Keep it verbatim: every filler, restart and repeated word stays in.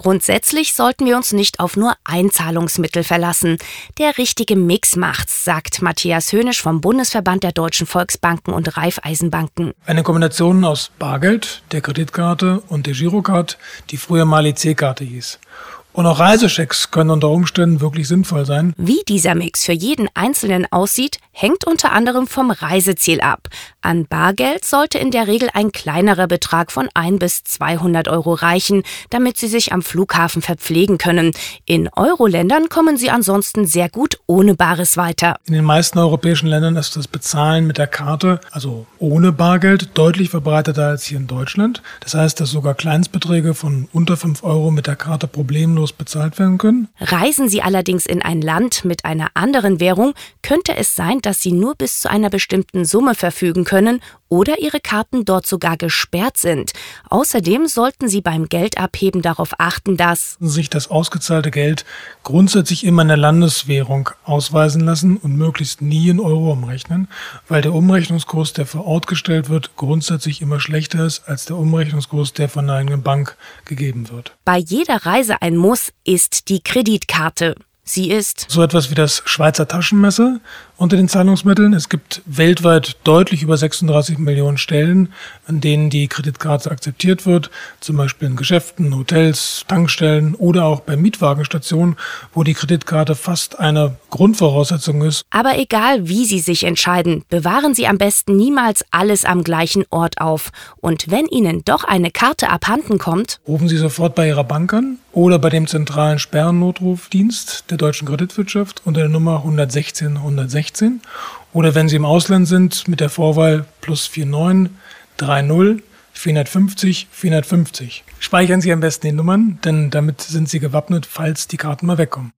Grundsätzlich sollten wir uns nicht auf nur ein Zahlungsmittel verlassen. Der richtige Mix macht's, sagt Matthias Höhnisch vom Bundesverband der Deutschen Volksbanken und Raiffeisenbanken. Eine Kombination aus Bargeld, der Kreditkarte und der Girocard, die früher mal I C-Karte hieß. Und auch Reisechecks können unter Umständen wirklich sinnvoll sein. Wie dieser Mix für jeden Einzelnen aussieht, hängt unter anderem vom Reiseziel ab. An Bargeld sollte in der Regel ein kleinerer Betrag von ein bis zweihundert Euro reichen, damit Sie sich am Flughafen verpflegen können. In Euro-Ländern kommen Sie ansonsten sehr gut ohne Bares weiter. In den meisten europäischen Ländern ist das Bezahlen mit der Karte, also ohne Bargeld, deutlich verbreiteter als hier in Deutschland. Das heißt, dass sogar Kleinstbeträge von unter fünf Euro mit der Karte problemlos bezahlt werden können. Reisen Sie allerdings in ein Land mit einer anderen Währung, könnte es sein, dass Sie nur bis zu einer bestimmten Summe verfügen können oder Ihre Karten dort sogar gesperrt sind. Außerdem sollten Sie beim Geldabheben darauf achten, dass sich das ausgezahlte Geld grundsätzlich immer in der Landeswährung ausweisen lassen und möglichst nie in Euro umrechnen, weil der Umrechnungskurs, der vor Ort gestellt wird, grundsätzlich immer schlechter ist als der Umrechnungskurs, der von einer eigenen Bank gegeben wird. Bei jeder Reise ein Muss ist die Kreditkarte. Sie ist so etwas wie das Schweizer Taschenmesser unter den Zahlungsmitteln. Es gibt weltweit deutlich über sechsunddreißig Millionen Stellen, an denen die Kreditkarte akzeptiert wird, zum Beispiel in Geschäften, Hotels, Tankstellen oder auch bei Mietwagenstationen, wo die Kreditkarte fast eine Grundvoraussetzung ist. Aber egal, wie Sie sich entscheiden, bewahren Sie am besten niemals alles am gleichen Ort auf. Und wenn Ihnen doch eine Karte abhanden kommt, rufen Sie sofort bei Ihrer Bank an oder bei dem zentralen Sperrennotrufdienst der deutschen Kreditwirtschaft unter der Nummer hundertsechzehn hundertsechzehn oder wenn Sie im Ausland sind mit der Vorwahl plus neunundvierzig dreißig vierhundertfünfzig vierhundertfünfzig. Speichern Sie am besten die Nummern, denn damit sind Sie gewappnet, falls die Karten mal wegkommen.